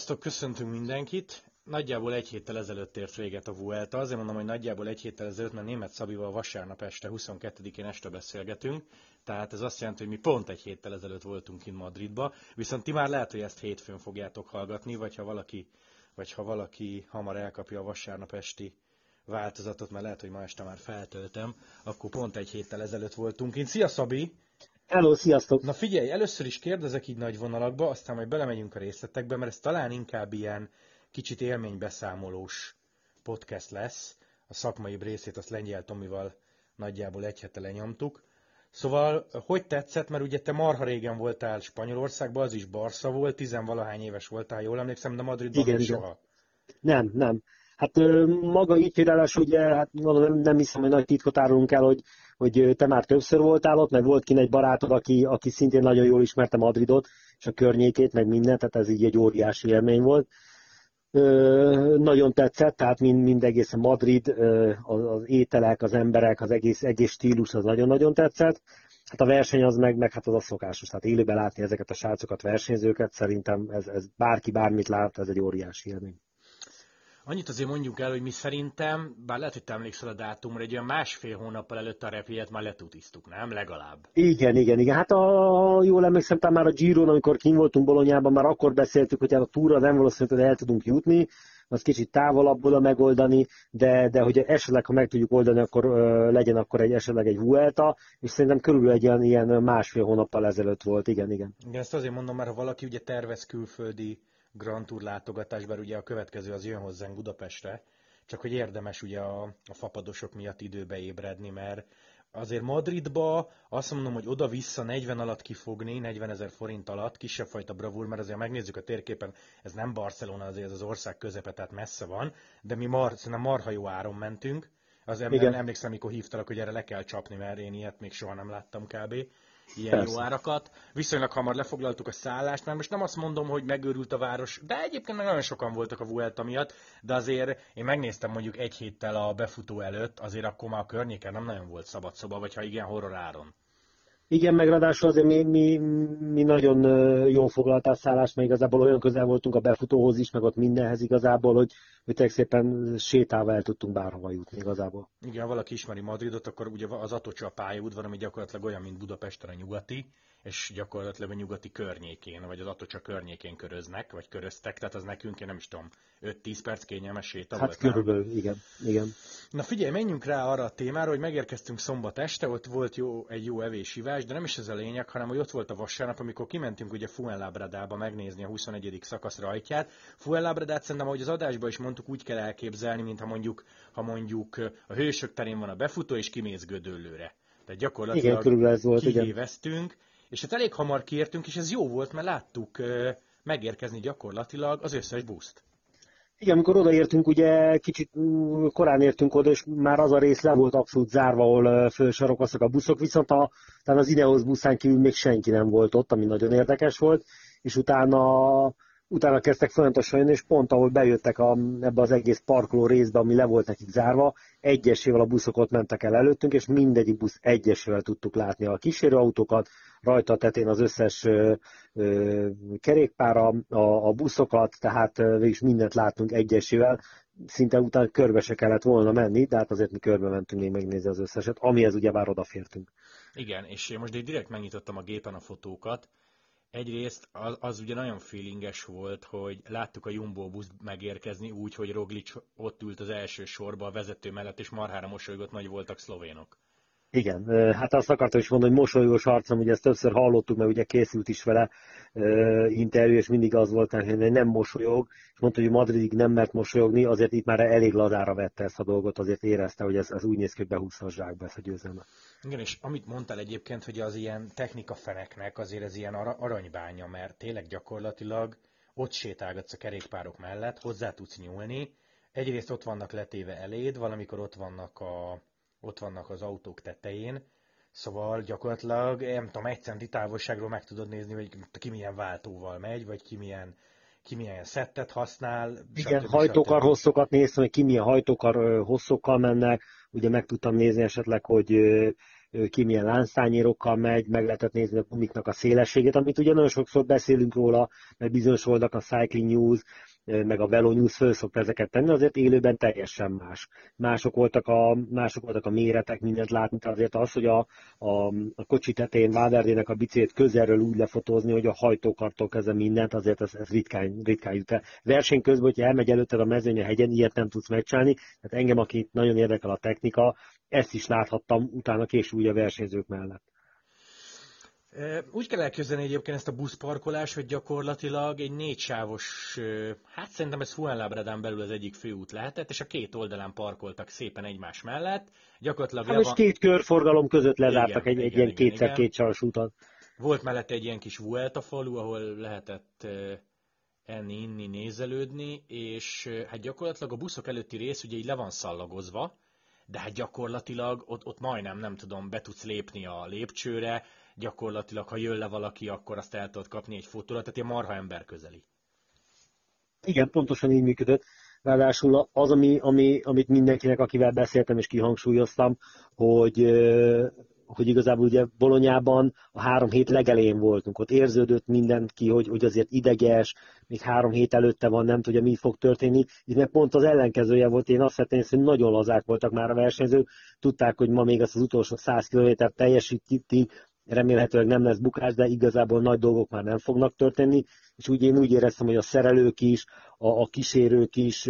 Sziasztok, köszöntünk mindenkit! Nagyjából egy héttel ezelőtt ért véget a Vuelta. Azért mondom, hogy nagyjából egy héttel ezelőtt, mert Németh Szabival vasárnap este, 22-én este beszélgetünk. Tehát ez azt jelenti, hogy mi pont egy héttel ezelőtt voltunk kint Madridba. Viszont ti már lehet, hogy ezt hétfőn fogjátok hallgatni, vagy ha valaki hamar elkapja a vasárnap esti változatot, mert lehet, hogy ma este már feltöltöm, akkor pont egy héttel ezelőtt voltunk kint. Szia, Szabi! Hello, sziasztok! Na figyelj, először is kérdezek így nagy vonalakba, aztán majd belemegyünk a részletekbe, mert ez talán inkább ilyen kicsit élménybeszámolós podcast lesz. A szakmai részét azt Lengyel Tomival nagyjából egy hete lenyomtuk. Szóval, hogy tetszett, mert ugye te marha régen voltál Spanyolországban, az is Barca volt, tizenvalahány éves voltál, jól emlékszem, de Madridban Igen, még igen. soha. Nem. Hát maga így hírálás, ugye, hát nem hiszem, hogy nagy titkot árulunk el, hogy te már többször voltál ott, meg volt kint egy barátod, aki szintén nagyon jól ismerte Madridot, és a környékét, meg mindent, tehát ez így egy óriási élmény volt. Nagyon tetszett, tehát mind egészen Madrid, az ételek, az emberek, az egész stílus, az nagyon-nagyon tetszett. Hát a verseny az meg hát az a szokásos, tehát élőben látni ezeket a srácokat, versenyzőket, szerintem ez bárki bármit lát, ez egy óriási élmény. Annyit azért mondjuk el, hogy mi szerintem, bár lehet, hogy te emlékszel a dátumra, egy olyan másfél hónappal előtt a repjegyet már letutisztuk, nem? Legalább. Igen. Hát jól emlékszem, már a Giron, amikor kint voltunk Bolonyában, már akkor beszéltük, hogy a túra nem valószínű, hogy el tudunk jutni, az kicsit távolabb oda megoldani, de hogy esetleg, ha meg tudjuk oldani, akkor legyen akkor esetleg egy Vuelta, és szerintem körülbelül egy ilyen másfél hónappal ezelőtt volt, igen. Igen, ezt azért mondom, mert ha valaki ugye tervez külföldi Grand Tour látogatás, bár ugye a következő az jön hozzánk Budapestre, csak hogy érdemes ugye a fapadosok miatt időbe ébredni, mert azért Madridba azt mondom, hogy oda-vissza 40 alatt kifogni, 40 000 forint alatt, kisebb fajta bravúr, mert azért megnézzük a térképen, ez nem Barcelona, azért ez az ország közepe, tehát messze van, de mi szerintem marha jó áron mentünk. Azért emlékszem, mikor hívtalak, hogy erre le kell csapni, mert én ilyet még soha nem láttam kb. Ilyen Persze. Jó árakat. Viszonylag hamar lefoglaltuk a szállást, mert most nem azt mondom, hogy megőrült a város, de egyébként meg nagyon sokan voltak a Vuelta miatt, de azért én megnéztem mondjuk egy héttel a befutó előtt, azért akkor már a környéken nem nagyon volt szabad szoba, vagy ha igen, horror áron. Igen, meg ráadásul azért mi nagyon jól foglaltál szállást, mert igazából olyan közel voltunk a befutóhoz is, meg ott mindenhez igazából, hogy tényleg szépen sétálva el tudtunk bárhova jutni igazából. Igen, ha valaki ismeri Madridot, akkor ugye az Atocha a pályaudvar, ami gyakorlatilag olyan, mint Budapesten a nyugati, és gyakorlatilag a nyugati környékén, vagy az Atocha környékén köröznek, vagy köröztek, tehát az nekünk, én nem is tudom, 5-10 perc kényelmes séta volt. Hát körülbelül, igen. Na figyelj, menjünk rá arra a témára, hogy megérkeztünk szombat este, ott volt egy jó evés-ivás, de nem is ez a lényeg, hanem hogy ott volt a vasárnap, amikor kimentünk ugye Fuenlabradába megnézni a 21. szakasz rajtját. Fuenlabradát szerintem, ahogy az adásban is mondtuk, úgy kell elképzelni, mint ha mondjuk a Hősök terén van a befutó, és kimész Gödöllőre. Tehát gyakorlatilag kihéveztünk, és hát elég hamar kiértünk, és ez jó volt, mert láttuk megérkezni gyakorlatilag az összes buszt. Igen, amikor odaértünk, ugye kicsit korán értünk oda, és már az a rész le volt abszolút zárva, ahol fölsarokoztak a buszok, viszont talán az Ineos buszán kívül még senki nem volt ott, ami nagyon érdekes volt, és utána kezdtek folyamatosan jönni, és pont ahol bejöttek ebbe az egész parkoló részbe, ami le volt nekik zárva, egyesével a buszok ott mentek el előttünk, és mindegyik busz egyesével tudtuk látni a kísérőautókat, rajta a tetén az összes kerékpára, a buszokat, tehát végülis mindent láttunk egyesével, szinte utána körbe se kellett volna menni, de hát azért mi körbe mentünk még megnézni az összeset, amihez ugyebár odafértünk. Igen, és én most direkt megnyitottam a gépen a fotókat. Egyrészt az ugye nagyon feelinges volt, hogy láttuk a Jumbo buszt megérkezni úgy, hogy Roglic ott ült az első sorba a vezető mellett, és marhára mosolygott, nagy voltak szlovénok. Igen, hát azt akartam is mondani, hogy mosolygós arcom, ugye ezt többször hallottuk, mert ugye készült is vele interjú, és mindig az volt, hogy nem mosolyog, és mondta, hogy Madridig nem mert mosolyogni, azért itt már elég lazára vette ezt a dolgot, azért érezte, hogy ez úgy néz ki, hogy behúzza a zsákba ezt a győzelmet. Igen, és amit mondtál egyébként, hogy az ilyen technikafeneknek azért ez ilyen aranybánya, mert tényleg gyakorlatilag ott sétálgatsz a kerékpárok mellett, hozzá tudsz nyúlni, egyrészt ott vannak letéve eléd, valamikor ott vannak az autók tetején, szóval gyakorlatilag, nem tudom, 1 centi távolságról meg tudod nézni, hogy ki milyen váltóval megy, vagy ki milyen szettet használ. Igen, hajtókar hosszokat néztem, hogy ki milyen hajtókar hosszokkal mennek, ugye meg tudtam nézni esetleg, hogy ki milyen lánctányérokkal megy, meg lehetett nézni a gumiknak a szélességét, amit ugye nagyon sokszor beszélünk róla, mert bizonyos oldalak, a Cycling News, meg a Velo News föl szokta ezeket tenni, azért élőben teljesen más. Mások voltak a méretek, mindent látni, tehát azért az, hogy a kocsi tetején Valverdének a bicét közelről úgy lefotózni, hogy a hajtókartól kezdve mindent, azért ez ritkán jut el. Verseny közben, hogyha elmegy előtted a mezőny a hegyen, ilyet nem tudsz megcsinálni, tehát engem, akit nagyon érdekel a technika, ezt is láthattam utána később a versenyzők mellett. Úgy kell elképzelni egyébként ezt a buszparkolást, hogy gyakorlatilag egy 4-sávos, hát szerintem ez Fuenlabradán belül az egyik főút lehetett, és a két oldalán parkoltak szépen egymás mellett. Gyakorlatilag hát most két körforgalom között lezártak egy ilyen kétszer-két saras úton. Volt mellette egy ilyen kis Vuelta falu, ahol lehetett enni, inni, nézelődni, és hát gyakorlatilag a buszok előtti rész ugye így le van szallagozva, de hát gyakorlatilag ott majdnem, nem tudom, be tudsz lépni a lépcsőre, gyakorlatilag, ha jön le valaki, akkor azt el tudod kapni egy fotóra, tehát ilyen marha ember közeli. Igen, pontosan így működött. Ráadásul az, amit mindenkinek, akivel beszéltem és kihangsúlyoztam, hogy igazából ugye Bolonyában a 3 hét legelején voltunk. Ott érződött mindenki, hogy azért ideges, még 3 hét előtte van, nem tudja, mi fog történni. Itt meg pont az ellenkezője volt, én azt vettem, hogy nagyon lazák voltak már a versenyzők, tudták, hogy ma még az utolsó 100 kilométert teljesíti, remélhetőleg nem lesz bukás, de igazából nagy dolgok már nem fognak történni, és én úgy éreztem, hogy a szerelők is, a kísérők is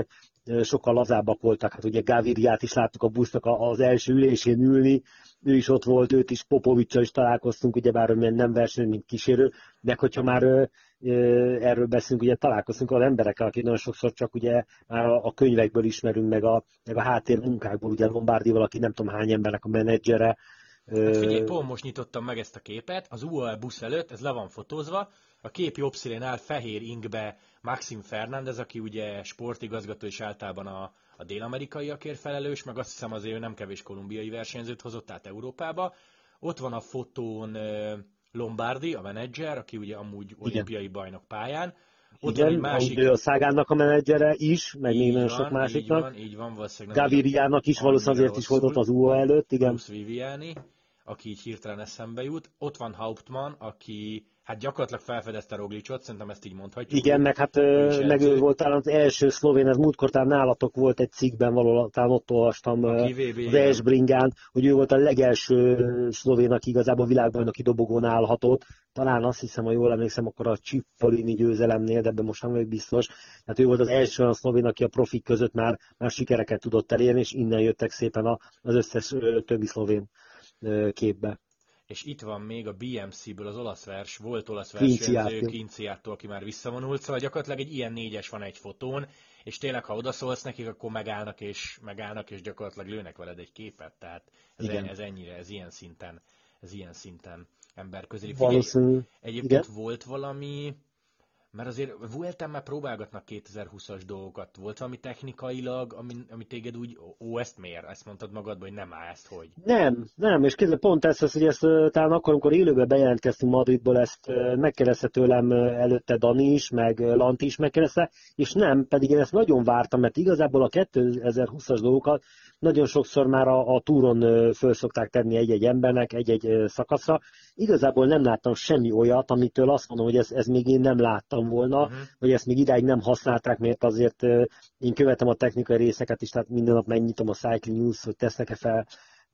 sokkal lazábbak voltak. Hát ugye Gaviriát is láttuk a busznak az első ülésén ülni, ő is ott volt, őt is Popovicsal is találkoztunk, ugyebár nem versenyt, mint kísérő, de hogyha már erről beszélünk, ugye találkoztunk az emberekkel, akik nagyon sokszor csak ugye már a könyvekből ismerünk, meg a háttérmunkákból, ugye Lombardival, aki nem tudom hány embernek a menedzsere. Hát figyelj, pont most nyitottam meg ezt a képet, az UAE busz előtt, ez le van fotózva, a kép jobb szélén áll fehér inkbe Maxim Fernández, aki ugye sportigazgató és általában a dél-amerikaiakért felelős, meg azt hiszem azért ő nem kevés kolumbiai versenyzőt hozott át Európába. Ott van a fotón Lombardi, a menedzser, aki ugye amúgy olimpiai bajnok pályán. Ott igen, van egy másik... a Szágánnak a menedzsere is, meg még nagyon sok másiknak. Így van, valószínűleg. Gaviriának is valószínűleg azért is volt ott az UAE előtt, igen. Bruce Viviani, aki így hirtelen eszembe jut. Ott van Hauptmann, aki hát gyakorlatilag felfedezte Roglicot, szerintem ezt így mondhatjuk. Igen, meg hát meg ő volt talán az első szlovén, ez múltkor talán nálatok volt egy cikkben valahol, talán ott olvastam az Esbringán, hogy ő volt a legelső szlovén, aki igazából világbajnoki dobogón állhatott. Talán azt hiszem, ha jól emlékszem, akkor a Cipollini győzelemnél, de ebben most nem vagyok biztos. Tehát ő volt az első olyan szlovén, aki a profik között már sikereket tudott elérni, és innen jöttek szépen az összes többi szlovén képbe. És itt van még a BMC-ből az volt olasz versenyző Quinciától, aki már visszavonult, szóval gyakorlatilag egy ilyen 4-es van egy fotón, és tényleg, ha odaszólsz nekik, akkor megállnak, és gyakorlatilag lőnek veled egy képet, tehát ez ennyire, ez ilyen szinten emberközeli. Figyelj, egyébként volt valami, mert azért Vueltán már próbálgatnak 2020-as dolgokat. Volt valami technikailag, ami téged úgy, ezt miért? Ezt mondtad magadban, hogy nem áll ezt, hogy? Nem, és kézzel pont ez, hogy ezt talán akkor, amikor élőben bejelentkeztünk Madridból, ezt megkérdezte tőlem előtte Dani is, meg Lanti is megkérdezte, és nem, pedig én ezt nagyon vártam, mert igazából a 2020-as dolgokat nagyon sokszor már a túron föl szokták tenni egy-egy embernek, egy-egy szakaszra. Igazából nem láttam semmi olyat, amitől azt mondom, hogy ez még én nem láttam volna, vagy ezt még idáig nem használták, mert azért én követem a technikai részeket is, tehát minden nap megnyitom a Cycling News, hogy tesznek-e fel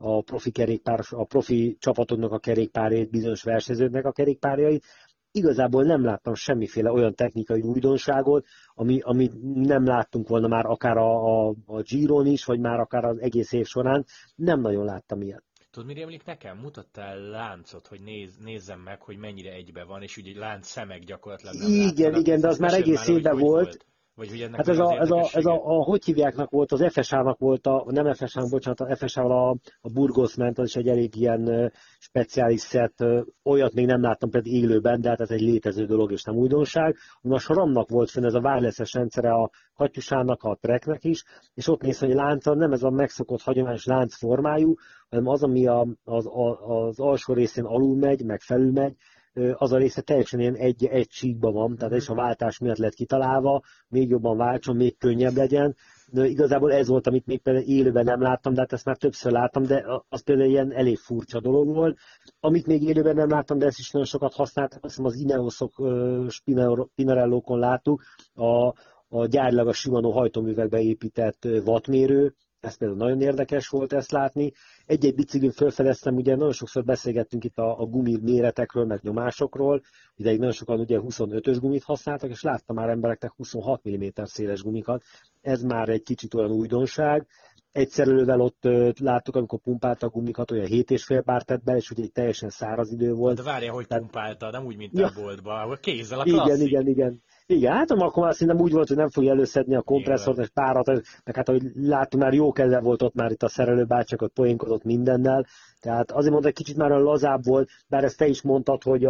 a profi csapatoknak a kerékpárjait, bizonyos versenyzőknek a kerékpárjait. Igazából nem láttam semmiféle olyan technikai újdonságot, amit nem láttunk volna már akár a Giron is, vagy már akár az egész év során. Nem nagyon láttam ilyet. Tudod, mire emlék nekem? Mutattál láncot, hogy nézzem meg, hogy mennyire egybe van, és ugye lánc szemek gyakorlatilag nem Igen, de az már egész évben volt. Vagy hogy ennek hát ez hogy hívjáknak volt, az FSH-nak volt, nem FSH-nak, bocsánat, a FSH-val a Burgos ment, az is egy elég ilyen speciális szett, olyat még nem láttam pedig élőben, de hát ez egy létező dolog és nem újdonság. A SRAM-nak volt fenn ez a wireless-es rendszere a Katyusának, a Treknek is, és ott néz, hogy lánca nem ez a megszokott hagyományos lánc formájú, hanem az, ami az alsó részén alul megy, meg felül megy, az a része teljesen ilyen egy síkban van, tehát és a váltás miatt lett kitalálva, még jobban váltson, még könnyebb legyen. de igazából ez volt, amit még például élőben nem láttam, de hát ezt már többször láttam, de az például ilyen elég furcsa dolog volt. Amit még élőben nem láttam, de ezt is nagyon sokat használtam, azt hiszem az Ineosok Pinarellókon láttuk, a gyárilag a Shimano hajtóművekbe épített wattmérő, ez például nagyon érdekes volt ezt látni. Egy-egy biciklin felfedeztem, ugye nagyon sokszor beszélgettünk itt a gumi méretekről, meg nyomásokról, ideig nagyon sokan ugye 25-ös gumit használtak, és láttam már embereknek 26 mm széles gumikat. Ez már egy kicsit olyan újdonság. Egy szerelővel ott láttuk, amikor pumpáltak gumikat, olyan 7,5 bár tett be, és ugye egy teljesen száraz idő volt. De várja, hogy pumpálta, nem úgy, mint Ja. a boltban, ahol kézzel a klasszik. Igen. Igen, hát akkor már szerintem úgy volt, hogy nem fogja előszedni a kompresszort és párat, meg hát ahogy láttuk, már jó keze volt ott már itt a szerelő bácsak, ott poénkodott mindennel, tehát azért mondta, egy kicsit már olyan lazább volt, bár ezt te is mondtad, hogy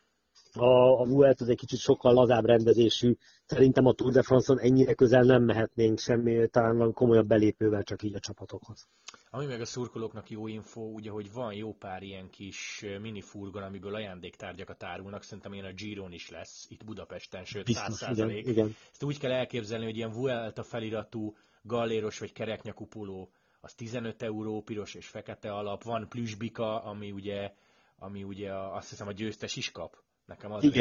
a Vuelta az egy kicsit sokkal lazább rendezésű. Szerintem a Tour de France-on ennyire közel nem mehetnénk semmi, talán van komolyabb belépővel csak így a csapatokhoz. Ami meg a szurkolóknak jó info, ugye, hogy van jó pár ilyen kis minifurgon, amiből ajándéktárgyakat árulnak, szerintem ilyen a Giron is lesz, itt Budapesten, sőt Biztos, 100%. igen. Ezt úgy kell elképzelni, hogy ilyen Vuelta feliratú galléros vagy kereknyakú póló, az 15 euró, piros és fekete alap, van plüsbika, ami ugye azt hiszem a győztes is kap. Nekem az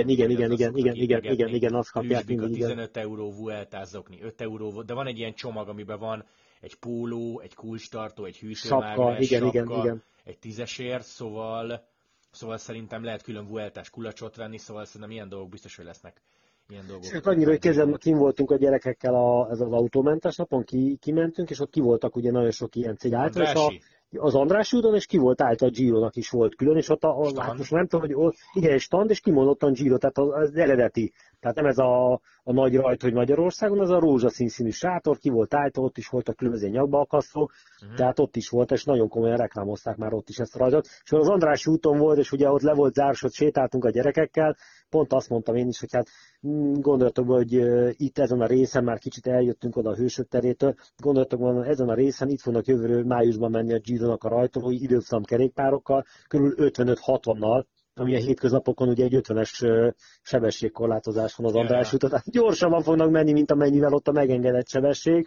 igen, azt kapják mindig. 15 euró, Vueltázokni 5 euró, de van egy ilyen csomag, amiben van egy póló, egy kulcstartó, egy hűtőmágnes, igen. egy 10-esért, szóval szerintem lehet külön Vueltás kulacsot venni, szóval szerintem ilyen dolgok biztos, hogy lesznek. Ilyen dolgok. És annyira, hogy kézzel kim voltunk a gyerekekkel ez az autómentes napon, kimentünk, és ott ki voltak ugye nagyon sok ilyen cég által, az Andrássy úton, és ki volt állítva a Gironak is volt külön, és ott hát most nem tudom, hogy igen, egy stand, és kimondottan Giro, tehát az eredeti. Tehát nem ez a nagy rajt, hogy Magyarországon, az a rózsaszín színű sátor, ki volt állítva, ott is voltak különböző nyakbalkasztók, tehát ott is volt, és nagyon komolyan reklámozták már ott is ezt a rajzot. És az Andrássy úton volt, és ugye ott le volt záros, sétáltunk a gyerekekkel, pont azt mondtam én is, hogy hát gondoltok, hogy itt ezen a részen már kicsit eljöttünk oda a Hősök terétől, gondoltok, hogy ezen a részen itt fognak jövő májusban menni a Gironak a rajtolói időfutam kerékpárokkal, körül 55-60-nal, ami a hétköznapokon ugye egy 50-es sebességkorlátozás van az András úton, tehát gyorsabban fognak menni, mint amennyivel ott a megengedett sebesség.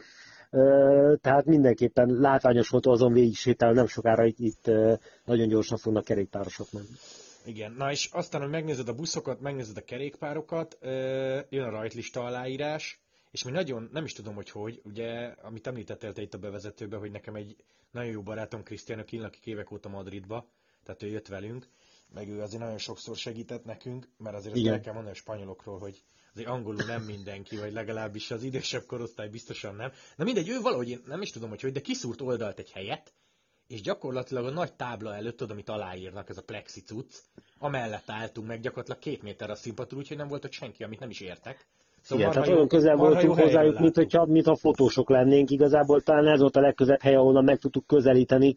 Tehát mindenképpen látványos volt azon végig sétálni, nem sokára itt nagyon gyorsan fognak kerékpárosok menni. Igen, na és aztán, hogy megnézed a buszokat, megnézed a kerékpárokat, jön a rajtlista aláírás, és mi nagyon, nem is tudom, hogy ugye, amit említettél te itt a bevezetőben, hogy nekem egy nagyon jó barátom, Cristiano Kill, aki évek óta Madridba, tehát ő jött velünk, meg ő azért nagyon sokszor segített nekünk, mert azért azt el kell mondani a spanyolokról, hogy azért angolul nem mindenki, vagy legalábbis az idősebb korosztály biztosan nem. Na mindegy, ő valahogy, én nem is tudom, hogy, de kiszúrt oldalt egy helyet, és gyakorlatilag a nagy tábla előtt, tudom, amit aláírnak, ez a plexi cucc, amellett álltunk meg gyakorlatilag 2 méter a színpadtól, úgyhogy nem volt ott senki, amit nem is értek. Szóval igen, tehát olyan közel voltunk hozzájuk, mint a fotósok lennénk. Igazából talán ez volt a legközebb hely, ahonnan meg tudtuk közelíteni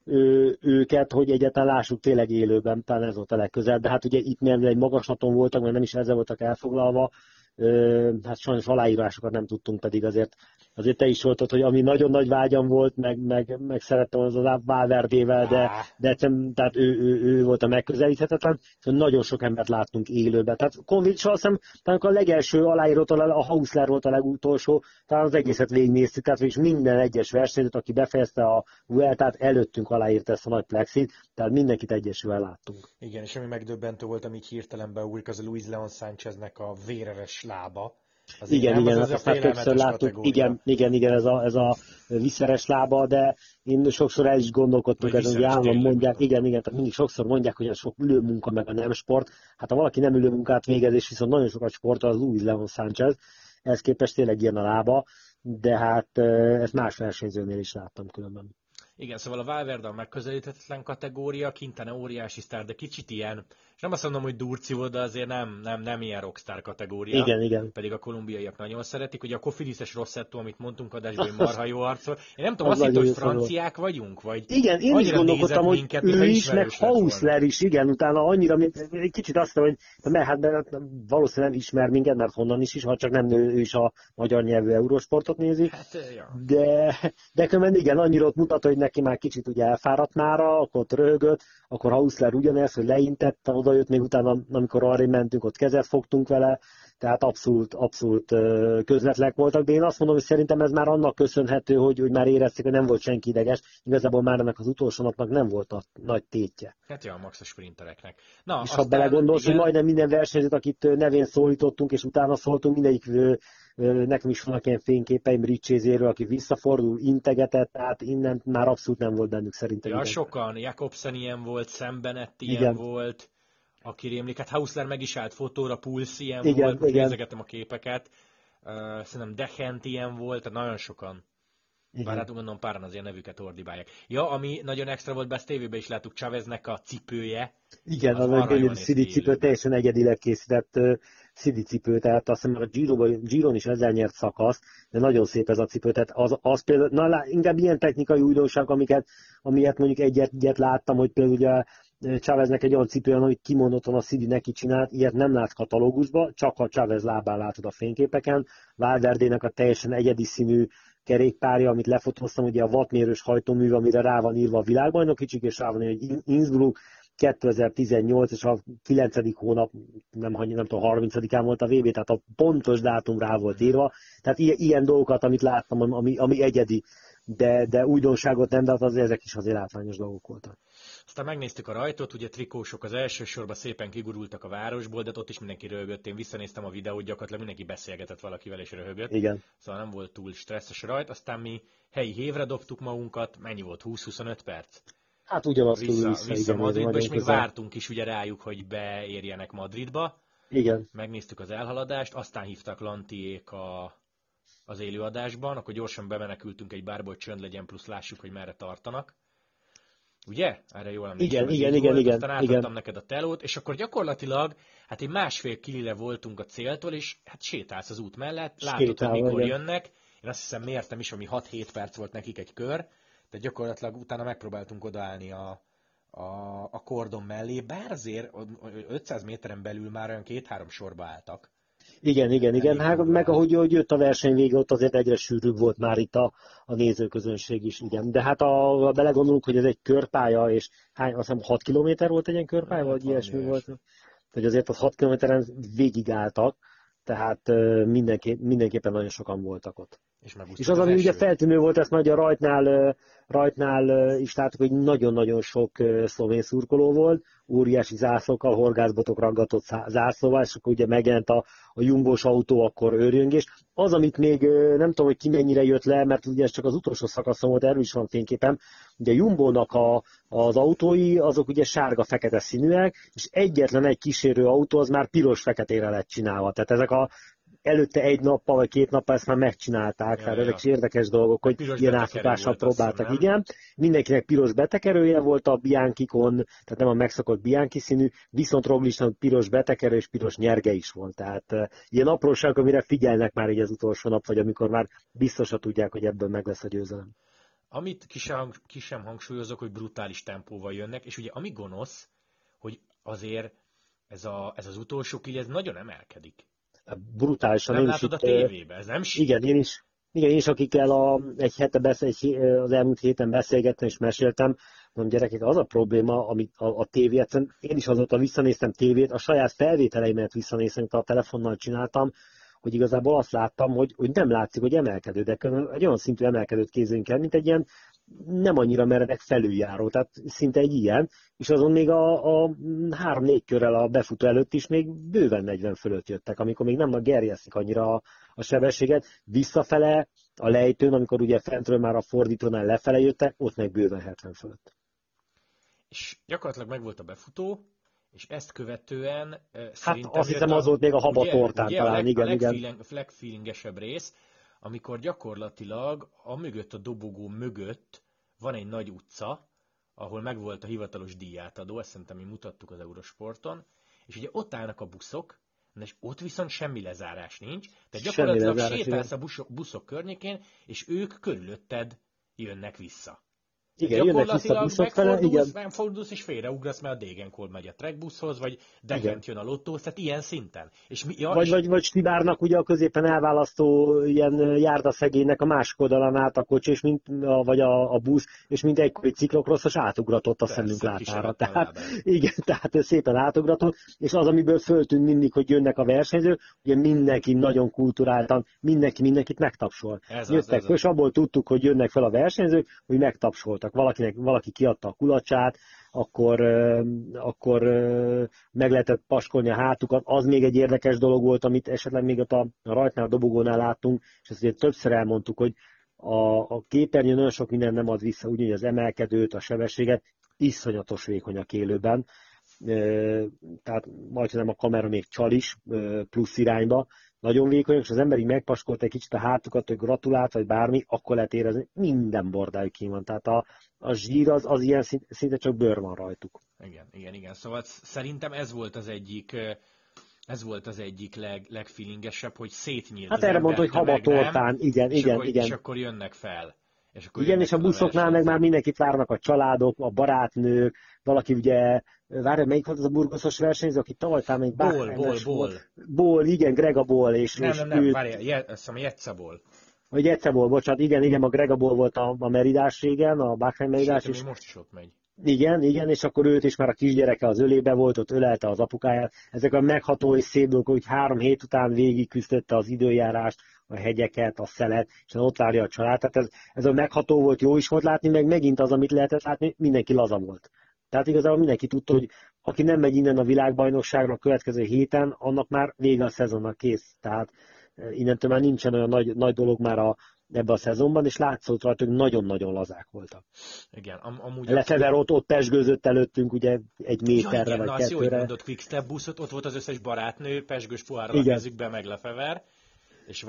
őket, hogy egyáltalán lássuk tényleg élőben, talán ez volt a legközelebb. De hát ugye itt nem egy magaslaton voltak, mert nem is ezzel voltak elfoglalva, hát sajnos aláírásokat nem tudtunk, pedig azért te is voltad, hogy ami nagyon nagy vágyam volt, meg szerettem az a Valverdével, de tehát ő volt a megközelíthetetlen, nagyon sok embert láttunk élőben. Tehát Konvics, azt hiszem, talán a legelső aláírót, a Hausler volt a legutolsó, talán az egészet végignéztük, tehát és minden egyes versenyzőt, aki befejezte a Vueltát, előttünk aláírta ezt a nagy plexit, tehát mindenkit egyesével láttunk. Igen, és ami megdöbbentő volt, amit hirtelen beúlik, az a Luis Leon Sáncheznek a véreres lába. Igen, azt már többször láttuk, igen, ez a viszeres lába, de én sokszor el is gondolkodtunk ezen, hogy állandóan mondják, igen, tehát mindig sokszor mondják, hogy ez sok ülőmunka, meg a nem sport. Hát ha valaki nem ülőmunkát végez, és viszont nagyon sokat sportol, az Luis Leon Sánchez, ehhez képest tényleg ilyen a lába, de hát ezt más versenyzőnél is láttam különben. Igen, szóval a Valverde a megközelíthetetlen kategória, Quintana óriási sztár, de kicsit ilyen, és nem azt mondom, hogy durci volt, de azért nem ilyen rockstar kategória. Igen. Pedig a kolumbiaiak nagyon szeretik. Ugye a Cofidis-es Rossetto, amit mondtunk adásban, hogy marha jó arcol. Én nem tudom, azt hittem, hogy franciák vagyunk, vagy igen, én is gondolkodtam, hogy minket, ő is, meg Hausler is, igen, utána annyira, egy kicsit azt mondom, hogy hát valószínűleg nem ismer minket, mert honnan is, ha csak nem ő is a magyar nyelvű Eurosportot nézi. Hát, ja. De különben igen, annyira ott mutat, hogy neki már kicsit ugye elfáradt mára, akkor ott röhögött, akkor Hausler ugyanez, hogy leintette oda odajött, még utána, amikor arra mentünk, ott kezet fogtunk vele, tehát abszolút közvetlenek voltak, de én azt mondom, hogy szerintem ez már annak köszönhető, hogy már érezték, hogy nem volt senki ideges, igazából már ennek az utolsó napnak nem volt nagy tétje. Hát ja, max a sprintereknek. Na, és aztán, ha belegondolsz, igen, hogy majdnem minden versenyzőt, akit nevén szólítottunk, és utána szóltunk, mindegyik nekem is vannak ilyen fényképeim Ricsézéről, aki visszafordul, integetett, tehát innen már abszolút nem volt bennük szerintem. Ja, sokan, Jakobsen ilyen volt, Sam Bennett ilyen igen. volt, aki rémlik, hát Hausler meg is állt fotóra, Pulsz ilyen igen, volt, igen. nézegettem a képeket, szerintem Dechent ilyen volt, tehát nagyon sokan. Bár hát mondom, páran az ilyen nevüket ordibálják. Ja, ami nagyon extra volt, be ezt tévében is láttuk, Cháveznek a cipője. Igen, az egy Szidi cipő, teljesen egyedileg készített Szidi cipő, tehát azt hiszem, a Giron is ezzel nyert szakaszt, de nagyon szép ez a cipő, tehát az például, inkább ilyen technikai újdonság, amilyet mondjuk egyet láttam, hogy például ugye Cháveznek egy olyan cipő, amit kimondottan a Szidi neki csinált, ilyet nem látsz katalógusba, csak a Chávez lábán látod a fényképeken. Valverdének a teljesen egyedi színű kerékpárja, amit lefotóztam, ugye a wattmérős hajtómű, amire rá van írva a világbajnoki csík, és rá van írva, hogy Innsbruck 2018, és a 9. hónap, nem tudom, 30-án volt a VB, tehát a pontos dátum rá volt írva. Tehát ilyen dolgokat, amit láttam, ami egyedi, de újdonságot nem, de ezek is azért látványos dolgok voltak. Aztán megnéztük a rajtot, ugye trikósok az első sorban szépen kigurultak a városból, de ott is mindenki röhögött. Én visszanéztem a videót, gyakorlatilag mindenki beszélgetett valakivel és röhögött. Igen. Szóval nem volt túl stresszes a rajt. Aztán mi helyi hévre dobtuk magunkat, mennyi volt? 20-25 perc? Hát ugyanazt vissza Madridba, és még vártunk is ugye rájuk, hogy beérjenek Madridba. Igen. Megnéztük az elhaladást, aztán hívtak Lantiék az élőadásban, akkor gyorsan bemenekültünk egy bárba, hogy csönd legyen, plusz lássuk, hogy merre tartanak. Ugye? Erre jól emlékszem. Igen. Aztán átadtam neked a telót, és akkor gyakorlatilag hát egy 1,5 kilire voltunk a céltól, és hát sétálsz az út mellett, látod, hogy mikor jönnek. Én azt hiszem mértem is, ami 6-7 perc volt nekik egy kör, de gyakorlatilag utána megpróbáltunk odaállni a kordon mellé, bár azért 500 méteren belül már olyan 2-3 sorba álltak. Igen. Hát meg ahogy jött a verseny vége, ott azért egyre sűrűbb volt már itt a nézőközönség is, igen. De hát ha belegondolunk, hogy ez egy körpálya, és azt hiszem 6 kilométer volt egy ilyen körpálya, vagy ilyesmi volt. Hogy azért az 6 kilométeren végigálltak, tehát mindenképpen nagyon sokan voltak ott. És az, ami ugye feltűnő volt, ezt majd a rajtnál is láttuk, hogy nagyon-nagyon sok szlovén szurkoló volt, óriási zászlókkal, horgászbotok raggatott zászlóval, és akkor ugye megjelent a jumbós autó, akkor őrjöngés. Az, amit még nem tudom, hogy ki mennyire jött le, mert ugye ez csak az utolsó szakaszon volt, erről is van fényképem, ugye a Jumbónak az autói, azok ugye sárga-fekete színűek, és egyetlen egy kísérő autó az már piros-feketére lett csinálva. Tehát ezek előtte egy nappal vagy 2 nappal ezt már megcsinálták, tehát ezek is érdekes dolgok, hogy ilyen átfutással próbáltak. Igen, mindenkinek piros betekerője volt a Bianchikon, tehát nem a megszokott Bianchi színű, viszont Roglicnak piros betekerő és piros nyerge is volt. Tehát ilyen apróságok, amire figyelnek már így az utolsó nap, vagy amikor már biztosan tudják, hogy ebből meg lesz a győzelem. Amit ki sem hangsúlyozok, hogy brutális tempóval jönnek, és ugye ami gonosz, hogy azért ez az utolsó kili, ez nagyon emelkedik. Brutálisan. Nem látod a tévébe, ez nem igen, én is akikkel az elmúlt héten beszélgettem és meséltem, mondom, gyerekek, az a probléma, amit a tévé, én is azóta visszanéztem tévét, a saját felvételeimet visszanéztem, amit a telefonnal csináltam, hogy igazából azt láttam, hogy nem látszik, hogy emelkedő, de egy olyan szintű emelkedőt képzeljünk el, mint egy ilyen nem annyira meredek felüljáró, tehát szinte egy ilyen, és azon még a 3-4 körrel a befutó előtt is még bőven 40 fölött jöttek, amikor még nem gerjesztik annyira a sebességet. Visszafele a lejtőn, amikor ugye fentről már a fordítónál lefele jöttek, ott meg bőven 70 fölött. És gyakorlatilag meg volt a befutó, és ezt követően szerintem azt hiszem az volt még a habatortán talán, igen. A legfeelingesebb rész, amikor gyakorlatilag a dobogó mögött van egy nagy utca, ahol megvolt a hivatalos díjátadó, ezt szerintem mi mutattuk az Eurosporton, és ugye ott állnak a buszok, és ott viszont semmi lezárás nincs, tehát gyakorlatilag sétálsz a buszok környékén, és ők körülötted jönnek vissza. Igen, jönnek vissza Gyakorlatilag buszok fele, igen. megfordulsz és félreugrasz, mert a Degenkolb megy a Trekbuszhoz, vagy Igen. Dekent jön a lottóhoz, tehát ilyen szinten. És Vagy Stibárnak ugye a középen elválasztó ilyen járdaszegélynek a másik oldalán állt a kocsi, vagy a busz, és mint egykori ciklokrossos átugratott a szemünk látára. Tehát, igen, tehát ez szépen átugratott, és az, amiből föltűnt mindig, hogy jönnek a versenyzők, ugye mindenki nagyon kulturáltan, mindenkit megtapsol. Jöttek, és abból tudtuk, hogy jönnek fel a versenyzők, hogy megtapsoltak. Valaki kiadta a kulacsát, akkor meg lehetett paskolni a hátukat. Az még egy érdekes dolog volt, amit esetleg még ott a rajtnál, a dobogónál láttunk, és ezt ugye többször elmondtuk, hogy a képernyő nagyon sok minden nem ad vissza, ugyanúgy az emelkedőt, a sebességet, iszonyatos vékonyak élőben. Tehát majdnem a kamera még csal is, plusz irányba. Nagyon vékonyak, és az ember így megpaskolt egy kicsit a hátukat, hogy gratulált, vagy bármi, akkor lehet érezni, minden bordájuk kín van. Tehát a zsír az ilyen szinte csak bőr van rajtuk. Igen. Szóval szerintem ez volt az egyik legfeelingesebb, hogy szétnyílt hát az erre mondta, hogy habatortán, igen. És akkor jönnek fel. És a buszoknál meg már mindenkit várnak a családok, a barátnők, valaki ugye, várj, melyik volt az a burgoszos versenyző, aki tavaly talán egy Ból, igen, Grega Ból, Nem, várj, azt hiszem Jetsa Ból. Vagy Jetsa Ból, bocsánat, igen, a Grega Ból volt a meridás régen, a Bahrein meridás. És most is ott megy. Igen, és akkor őt is már a kisgyereke az ölébe volt, ott ölelte az apukáját. Ezek a megható és szép dolgok, hogy 3 hét után végig küzdötte az időjárást, a hegyeket, a szelet, és ott várja a család. Tehát ez a megható volt, jó is volt látni, meg megint az, amit lehetett látni, mindenki laza volt. Tehát igazából mindenki tudta, hogy aki nem megy innen a világbajnokságra a következő héten, annak már vége a szezonnak, kész. Tehát innentől már nincsen olyan nagy dolog már ebben a szezonban, és látszott rajta, hogy nagyon-nagyon lazák voltak. Igen, amúgy... Lefever ott pesgőzött előttünk, ugye 1 méterre vagy 2-re. Jó, hogy mondott Quickstep buszot, ott volt az összes barátnő, pesgős pohárral a kezükbe, meg Lefever, és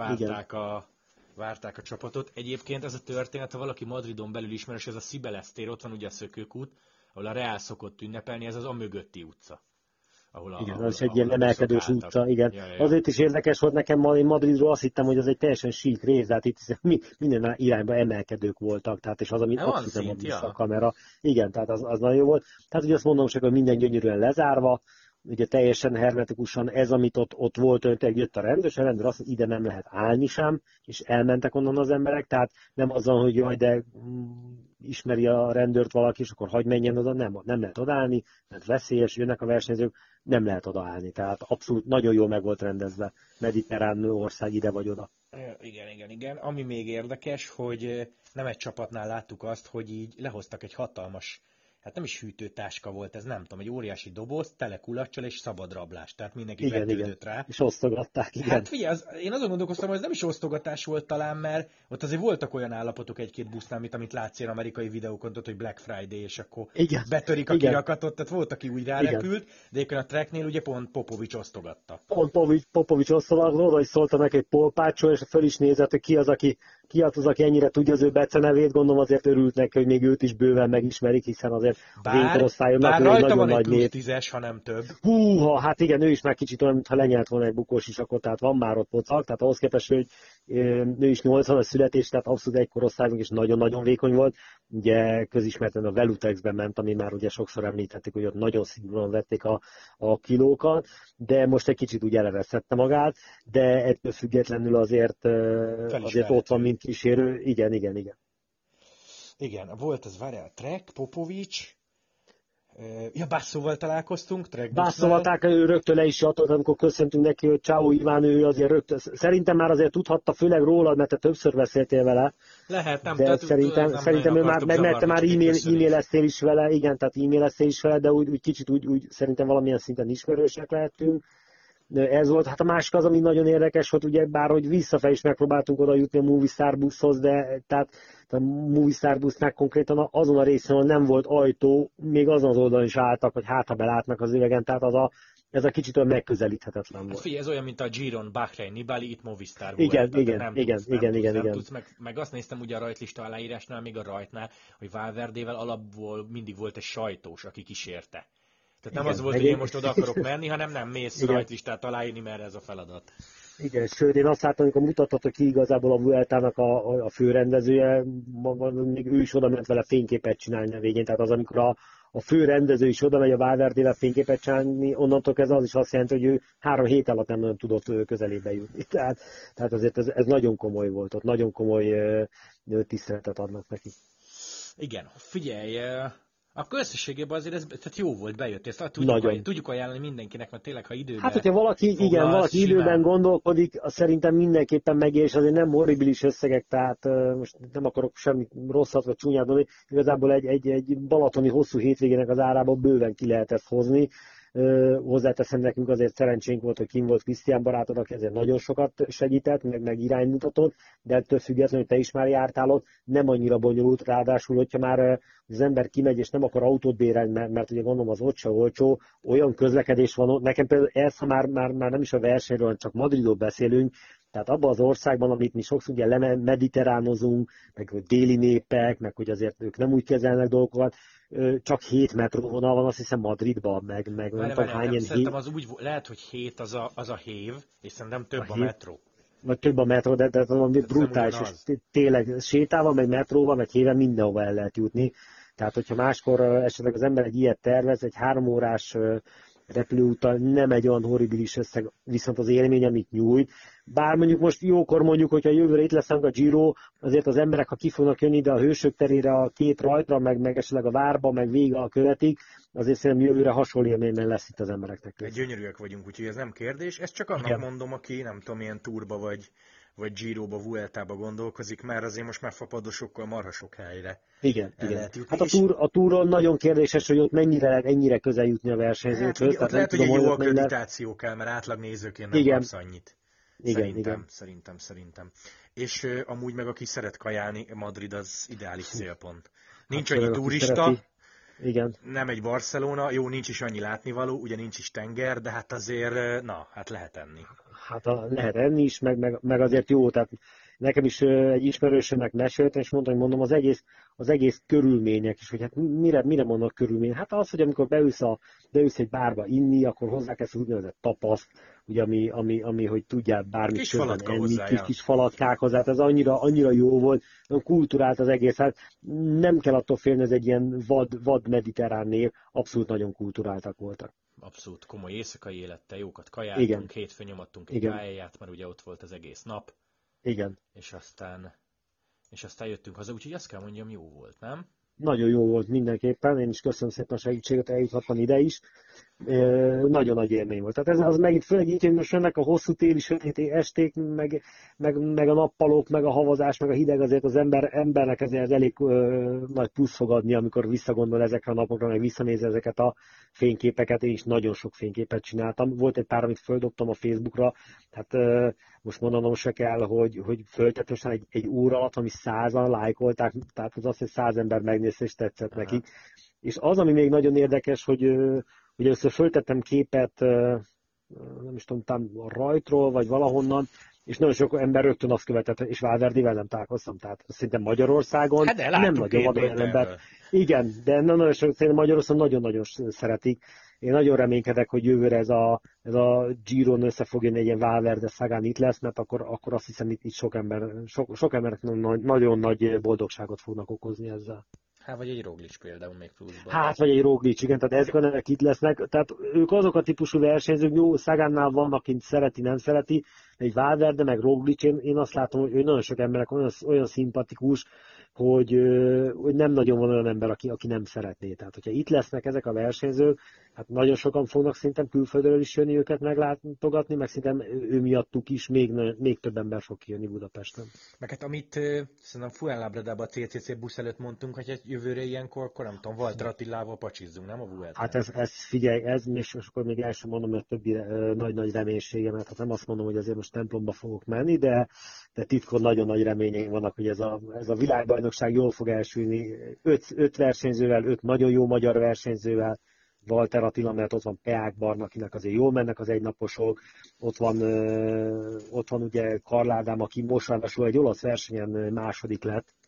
várták a csapatot. Egyébként ez a történet, ha valaki Madridon belül ismeres, ez a Cibeles tér, ott van ugye a Szökőkút, ahol a Real szokott ünnepelni, ez az a mögötti utca. Az is egy ilyen emelkedős utca, igen. Ja. Azért is érdekes volt nekem, én Madridról azt hittem, hogy az egy teljesen sík rész, de hát itt minden irányban emelkedők voltak, tehát és az, amit abszolút nem ad vissza a kamera. Igen, tehát az nagyon jó volt. Tehát ugye azt mondom, csak, hogy minden gyönyörűen lezárva, ugye teljesen hermetikusan ez, amit ott volt, jött a rendőr azt mondta, hogy ide nem lehet állni sem, és elmentek onnan az emberek, tehát nem azzal, hogy jaj, de ismeri a rendőrt valaki, és akkor hagy menjen oda, nem lehet odaállni, mert veszélyes, jönnek a versenyzők, nem lehet odaállni, tehát abszolút nagyon jól meg volt rendezve, mediterrán ország ide vagy oda. Igen. Ami még érdekes, hogy nem egy csapatnál láttuk azt, hogy így lehoztak egy hatalmas, hát nem is hűtőtáska volt, ez nem tudom, egy óriási doboz, tele kulacsal és szabad rablás, tehát mindenki vetődött rá. És osztogatták, igen. Hát figyelj, én azon gondolkoztam, hogy ez nem is osztogatás volt talán, mert ott azért voltak olyan állapotok egy-két busznál, amit látsz ilyen amerikai videókon, hogy Black Friday, és akkor betörik a kirakatot, tehát volt, aki úgy rárepült, de egyébként a Treknél ugye pont Popovics osztogatta. Pont Popovics osztogatta, oda is szólta neki egy polpácsol, és föl is nézett, hogy ki az, aki ennyire tudja az ő becenevét, gondolom azért örült neki, hogy még őt is bőven megismerik, hiszen azért bár rajta van egy plusz 10-es, ha nem több. Húha, hát igen, ő is már kicsit olyan, mintha lenyelt volna egy bukós isakot, tehát van már ott pocak, tehát ahhoz képest, hogy ő is 80-as születés, tehát abszolút egy korosztályunk, és nagyon-nagyon vékony volt. Ugye közismerten a Velutexben ment, ami már ugye sokszor említettük, hogy ott nagyon szigorúan vették a kilókat, de most egy kicsit úgy eleresztette magát, de ettől függetlenül azért ott van, mint kísérő. Igen. Igen, volt az, várjál, Trek, Popovics, Basszóval találkoztunk, Basszóval ő rögtön le is adott, amikor köszöntünk neki, hogy Ciao Iván, ő azért rögtön, szerintem már azért tudhatta, főleg rólad, mert te többször beszéltél vele. Lehet, nem. De szerintem ő már, mert te már e-maileztél is vele, igen, tehát e-maileztél is vele, de úgy kicsit úgy szerintem valamilyen szinten ismerősek lehetünk. Ez volt, hát a másik az, ami nagyon érdekes, hogy ugye bárhogy visszafelé is megpróbáltunk oda jutni a Movistar buszhoz, de tehát a Movistar busznál konkrétan azon a részen, ahol nem volt ajtó, még azon az oldalon is álltak, hogy hát ha belátnak az üvegen, tehát ez a kicsit olyan megközelíthetetlen volt. Figyelj, ez olyan, mint a Giron, Bahrein, Nibali, itt Movistar volt. Igen. Meg azt néztem ugye a rajtlista aláírásnál, még a rajtnál, hogy Valverdével alapból mindig volt egy sajtós, aki kísérte. Tehát nem az volt, hogy én most oda akarok menni, hanem nem mész rajtlistát aláírni, mert ez a feladat. Igen, sőt, én azt láttam, amikor mutattatok ki igazából a Vueltának a főrendezője, még ő is oda ment vele fényképet csinálni a végén, tehát az, amikor a főrendező is oda megy a Valverdével fényképet csinálni, onnantól kezdve az is azt jelenti, hogy ő 3 hét alatt nem nagyon tudott közelébe jutni. Tehát azért ez nagyon komoly volt, ott nagyon komoly tiszteletet adnak neki. Igen, figyelj, akkor összességében azért ez tehát jó volt, bejött, ezt tudjuk ajánlani mindenkinek, mert tényleg, ha időben hát, hogyha valaki időben gondolkodik, szerintem mindenképpen megér, és azért nem horribilis összegek, tehát most nem akarok semmi rosszat vagy csúnyát mondani, igazából egy balatoni hosszú hétvégének az árából bőven ki lehet ezt hozni. Hozzáteszem, nekünk azért szerencsénk volt, hogy kim volt Krisztián barátod, aki ezért nagyon sokat segített, meg iránymutatott, de ettől függetlenül, hogy te is már jártál ott, nem annyira bonyolult, ráadásul, hogyha már az ember kimegy és nem akar autót bérelni, mert ugye gondolom az ott se olcsó, olyan közlekedés van ott, nekem például ez, ha már nem is a versenyről, csak Madridról beszélünk, tehát abban az országban, amit mi sokszor ugye lemediterránozunk, meg déli népek, meg hogy azért ők nem úgy kezelnek dolgokat, csak 7 metróvonal van, azt hiszem Madridban, meg nem tudom hány ilyen szerintem az úgy, lehet, hogy 7 az a hév, és szerintem több a metró. Vagy több a metró, de valami brutális, és tényleg sétával, meg metróval, meg héven mindenhova el lehet jutni. Tehát, hogyha máskor esetleg az ember egy ilyet tervez, egy 3 órás repülőúttal nem egy olyan horribilis összeg, viszont az élmény, amit nyújt. Bár mondjuk most jókor mondjuk, hogyha jövőre itt lesz a Giro, azért az emberek, ha ki fognak jönni ide a Hősök terére a 2 rajtra, meg esetleg a Várba, meg végig a követik, azért szerintem jövőre hasonló élményben lesz itt az embereknek. Gyönyörűek vagyunk, úgyhogy ez nem kérdés. Ezt csak annak mondom, aki nem tudom, ilyen túrba vagy Giroba, Vueltába gondolkozik, mert azért most már fapadosokkal marha sok helyre. Igen. Hát a túron nagyon kérdéses, hogy ott ennyire közel jutni a versenyzőkhöz. Hát, lehet, hogy egy jó akkreditáció kell, mert átlagnézőként nem kapsz annyit. Szerintem. És amúgy meg aki szeret kajálni, Madrid az ideális célpont. Nincs annyi turista, nem egy Barcelona, jó, nincs is annyi látnivaló, ugye nincs is tenger, de hát azért, hát lehet enni. Hát lehet enni is, meg azért jó, tehát nekem is egy ismerősömnek mesélt, és mondom, az egész körülmények is, hogy hát mire mondnak körülmény? Hát az, hogy amikor beülsz egy bárba inni, akkor hozzá kell úgynevezett tapaszt, ugye, ami hogy tudjál bármit közben enni, kis falatkák hozzá, ez annyira jó volt, kulturált az egész, hát nem kell attól félni, ez egy ilyen vad mediterrán név, abszolút nagyon kulturáltak voltak. Abszolút komoly éjszakai élettel, jókat kajáltunk, hétfőn nyomadtunk egy pályáját, mert ugye ott volt az egész nap. Igen. És aztán jöttünk haza, úgyhogy azt kell mondjam, jó volt, nem? Nagyon jó volt mindenképpen, én is köszönöm szépen a segítséget, eljuthattam ide is. Nagyon nagy élmény volt. Tehát ez az megint főleg így, hogy most jönnek a hosszú téli sötét esték, meg a nappalok, meg a havazás, meg a hideg, azért az embernek ez elég nagy plusz fog adni, amikor visszagondol ezekre a napokra, meg visszanéz ezeket a fényképeket. Én is nagyon sok fényképet csináltam. Volt egy pár, amit földobtam a Facebookra, tehát most mondanom se kell, hogy föltetősen egy óra alatt, ami 100-an lájkolták, tehát az azt, hogy 100 ember megnézte és tetszett nekik. És az, ami még nagyon érdekes, hogy először föltettem képet, nem is tudom, a rajtról, vagy valahonnan, és nagyon sok ember rögtön azt követett, és Valverdével nem találkoztam, tehát szerintem Magyarországon nem nagyon van olyan ember. Igen, de nagyon sok, szerintem Magyarországon nagyon-nagyon szeretik. Én nagyon reménykedek, hogy jövőre ez a Giron össze fog jönni, egy ilyen Valverde Sagan itt lesz, mert akkor azt hiszem itt sok embernek nagyon nagy boldogságot fognak okozni ezzel. Hát, vagy egy Roglic például még pluszban. Hát, vagy egy Roglic, igen, tehát ezek a nevek itt lesznek. Tehát ők azok a típusú versenyzők, jó, Sagannál van, akint szereti, nem szereti, egy Valverde, meg Roglic, én azt látom, hogy nagyon sok emberek olyan szimpatikus, hogy nem nagyon van olyan ember, aki nem szeretné. Tehát, hogyha itt lesznek ezek a versenyzők, hát nagyon sokan fognak szerintem külföldről is jönni őket meglátogatni, meg szerintem ő miattuk is még több ember fog kijönni Budapesten. Meg hát amit szerintem Fuenlabradában a CCC busz előtt mondtunk, hogy jövőre ilyenkor, akkor nem tudom, Walter Attilával pacsizzunk, nem a Vueltán? Hát figyelj, és akkor még el sem mondom, hogy többi nagy reménységem, mert hát nem azt mondom, hogy azért most templomba fogok menni, de titkon nagyon nagy reményeim vannak, hogy ez a világbajnokság jól fog elsülni. 5 versenyzővel, 5 nagyon jó magyar versenyzővel, Walter Attila, mert ott van Peák Barna, akinek azért jól mennek az egynaposok, ott van ugye Karl Ádám, aki most ráadásul egy olasz versenyen második lett,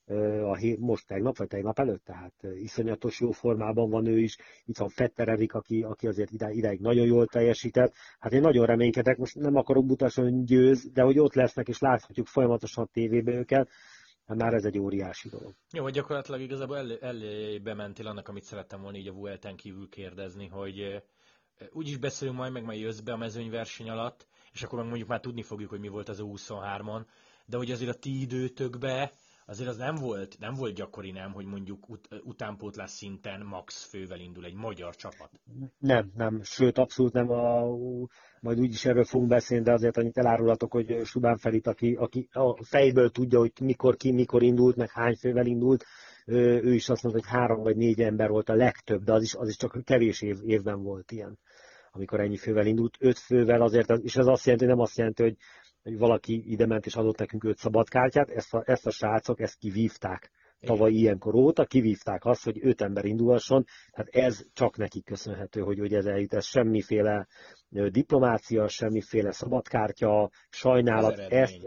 most tegnap előtt, tehát iszonyatos jó formában van ő is. Itt van Fetter Erik, aki azért idáig nagyon jól teljesített. Hát én nagyon reménykedek, most nem akarok butasan győz, de hogy ott lesznek, és láthatjuk folyamatosan a tévében őket, hát már ez egy óriási dolog. Jó, hogy gyakorlatilag igazából elébe mentél annak, amit szerettem volna így a Vueltán kívül kérdezni, hogy úgyis beszélünk majd jössz be a mezőnyverseny alatt, és akkor meg mondjuk már tudni fogjuk, hogy mi volt az a 23-on, de hogy azért a ti időtökbe azért az nem volt gyakori, nem, hogy mondjuk utánpótlás szinten max fővel indul egy magyar csapat. Nem, sőt, abszolút nem. Majd úgyis erről fogunk beszélni, de azért annyit elárulhatok, hogy Subán Ferit, aki a fejből tudja, hogy mikor indult, meg hány fővel indult, ő is azt mondta, hogy 3 vagy 4 ember volt a legtöbb, de az is csak kevés évben volt ilyen, amikor ennyi fővel indult. 5 fővel azért, és ez azt jelenti, nem azt jelenti, hogy valaki ide ment és adott nekünk 5 szabadkártyát, ezt a srácok ezt kivívták. Tavaly ilyenkor óta kivívták azt, hogy 5 ember indulhasson, hát ez csak nekik köszönhető, hogy ez eljut. Ez semmiféle diplomácia, semmiféle szabadkártya, sajnálat,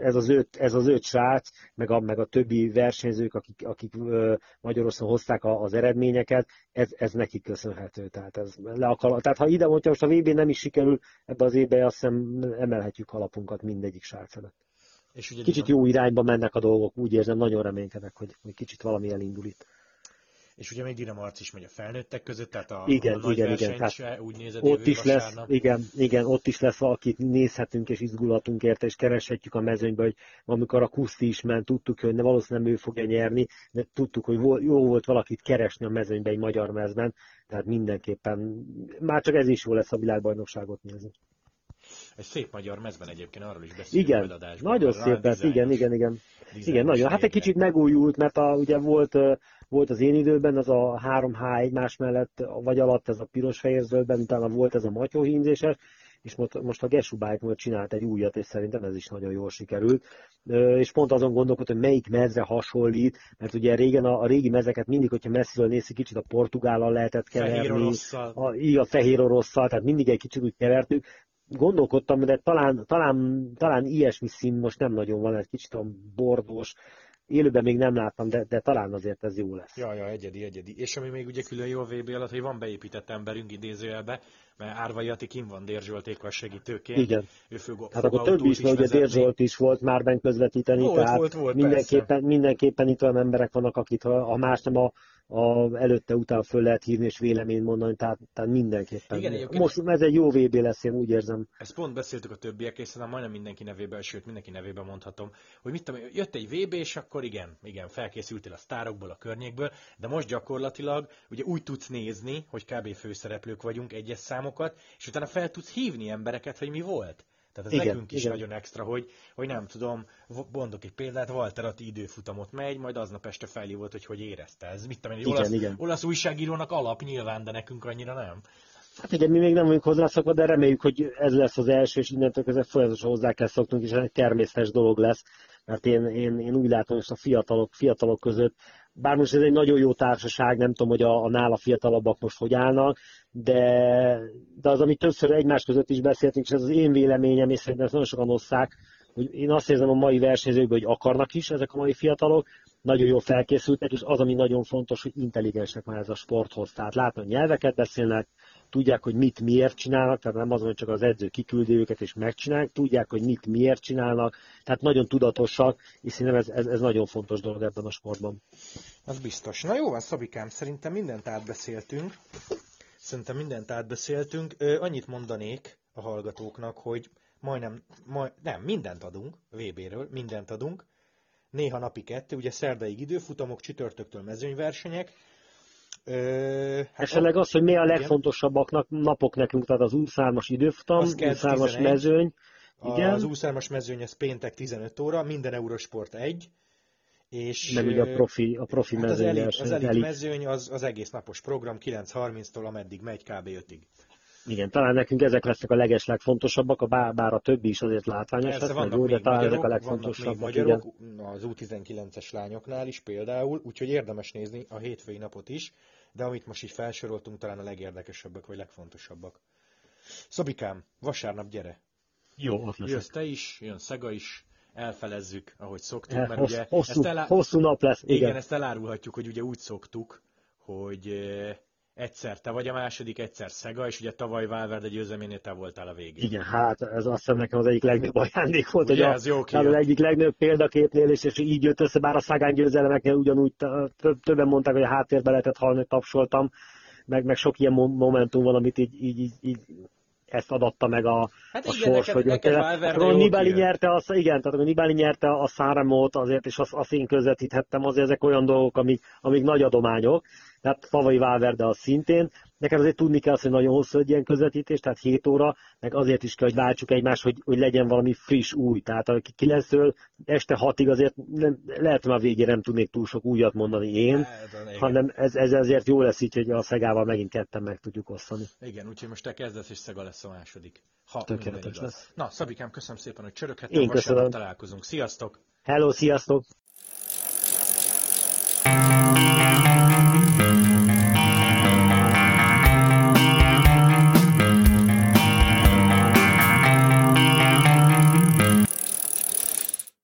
ez az 5 srác, meg a többi versenyzők, akik Magyarországon hozták az eredményeket, ez nekik köszönhető. Tehát ha ide mondja, most a VB nem is sikerül ebbe az évben, azt hiszem emelhetjük alapunkat mindegyik srác előtt. És ugye kicsit jó irányba mennek a dolgok, úgy érzem, nagyon reménykedek, hogy kicsit valami elindul itt. És ugye még Dina Marc is megy a felnőttek között, tehát a nagy verseny se úgy nézed, ott is lesz, igen, ott is lesz, akit nézhetünk és izgulatunk érte, és kereshetjük a mezőnybe, hogy amikor a Kuszti is ment, tudtuk, hogy valószínűleg nem ő fogja nyerni, de tudtuk, hogy jó volt valakit keresni a mezőnybe egy magyar mezben, tehát mindenképpen, már csak ez is jó lesz a világbajnokságot nézni. Egy szép magyar mezben egyébként, arról is beszélünk. Igen, nagyon szép lesz, igen, nagyon. Hát egy kicsit megújult, mert ugye volt az én időben az a 3H egymás mellett, vagy alatt ez a piros-fehér-zöldben, utána volt ez a matyóhímzéses, és most a Gesubájt majd csinált egy újat, és szerintem ez is nagyon jól sikerült. És pont azon gondolkodtam, hogy melyik mezre hasonlít, mert ugye régen a régi mezeket mindig, hogyha messziről nézi, kicsit a portugállal lehetett keverni, a fehér orosszal, tehát mindig egy kicsit úgy kevertük. Gondolkodtam, de talán ilyesmi szín most nem nagyon van, egy kicsit a bordós. Élőben még nem láttam, de talán azért ez jó lesz. Ja, egyedi. És ami még ugye külön jó a VB alatt, hogy van beépített emberünk idézőjelbe, mert Árvai Ati kim van Dér Zsoltékkal segítőként. Igen. Ő hát akkor több is, mert ugye Dér Zsolt is volt már bent közvetíteni, volt, mindenképpen itt olyan emberek vannak, akit ha más nem előtte után föl lehet hívni és véleményt mondani, tehát mindenképpen. Igen, most ez egy jó VB lesz, én úgy érzem. Ezt pont beszéltük a többiek, és szerintem majdnem mindenki nevében, sőt mindenki nevében mondhatom, hogy mit tudom, jött egy VB, és akkor igen, felkészültél a sztárokból, a környékből, de most gyakorlatilag ugye úgy tudsz nézni, hogy kb. Főszereplők vagyunk, egyes számokat, és utána fel tudsz hívni embereket, hogy mi volt. Tehát ez nekünk is nagyon extra, hogy nem tudom, mondok egy példát, Walter Atti időfutamot megy, majd aznap este felhívott, hogy érezte. Ez mit tudom én, olasz újságírónak alap nyilván, de nekünk annyira nem. Hát igen, mi még nem vagyunk hozzászokva, de reméljük, hogy ez lesz az első, és innentől kezdve folyamatosan hozzá kell szoknunk, és ez egy természetes dolog lesz, mert én úgy látom, hogy a fiatalok között, bár most ez egy nagyon jó társaság, nem tudom, hogy a nála fiatalabbak most hogy állnak, de az, amit többször egymás között is beszéltünk, és ez az én véleményem, és szerintem ezt nagyon sokan osszák, hogy én azt érzem a mai versenyzőkből, hogy akarnak is ezek a mai fiatalok, nagyon jól felkészültek, és az, ami nagyon fontos, hogy intelligensek már ez a sporthoz. Tehát látni, hogy nyelveket beszélnek, tudják, hogy mit miért csinálnak, tehát nem az, hogy csak az edző kiküldi őket és megcsinálják, tudják, hogy mit miért csinálnak, tehát nagyon tudatosak, és szerintem ez nagyon fontos dolog ebben a sportban. Az biztos. Na jó van, Szabikám, szerintem mindent átbeszéltünk. Annyit mondanék a hallgatóknak, hogy mindent adunk, VB-ről, mindent adunk. Néha napi 2, ugye szerdaig időfutamok, csütörtöktől mezőnyversenyek. Esetleg az, hogy mi a legfontosabbak napok nekünk, tehát az 23-as időfutam, 23-as mezőny. Igen. Az 23-as mezőny, ez péntek 15 óra, minden Eurosport 1. És nem ugye a profi mezőny. Az elit mezőny az egész napos program, 9:30-tól ameddig megy, kb. 5-ig. Igen, talán nekünk ezek lesznek a legfontosabbak, bár a többi is azért látványos lesz, de talán ezek a legfontosabbak. Magyarok, az U19-es lányoknál is például, úgyhogy érdemes nézni a hétfői napot is, de amit most így felsoroltunk, talán a legérdekesebbek, vagy legfontosabbak. Szabikám, vasárnap gyere! Jó, ott leszek. Jössz te is, jön Szega is, elfelezzük, ahogy szoktuk, mert ugye hosszú nap lesz. Igen, ezt elárulhatjuk, hogy ugye úgy szoktuk, hogy egyszer te vagy a második, egyszer Szega, és ugye tavaly Valverde győzelménél te voltál a végén. Igen, hát ez azt hiszem nekem az egyik legnagyobb ajándék volt, ugye, hogy az egyik legnagyobb példaképnél, és így jött össze, bár a Szagán győzelemeknél ugyanúgy többen mondták, hogy a háttérbe lehetett hallani, hogy tapsoltam, meg sok ilyen momentum van, amit így ezt adatta meg a sors, hogy Nibali nyerte tehát amikor Nibali nyerte a Sanremót azért, és azt én közvetíthettem, azért ezek olyan dolgok, amik nagy adományok, tehát tavalyi Valverde az szintén. Nekem azért tudni kell azt, hogy nagyon hosszú egy ilyen közvetítés, tehát 7 óra, meg azért is kell, hogy váltsuk egymást, hogy legyen valami friss új. Tehát 9-től este 6-ig azért lehet, hogy a végén nem tudnék túl sok újat mondani én, hanem ez ezért jó lesz így, hogy a Szegával megint ketten meg tudjuk osztani. Igen, úgyhogy most te kezdesz, és Szega lesz a második. Tökéletes lesz. Na, Szabikám, köszönöm szépen, hogy csöröghettem. Vasárnap találkozunk. Sziasztok! Hello, sziasztok!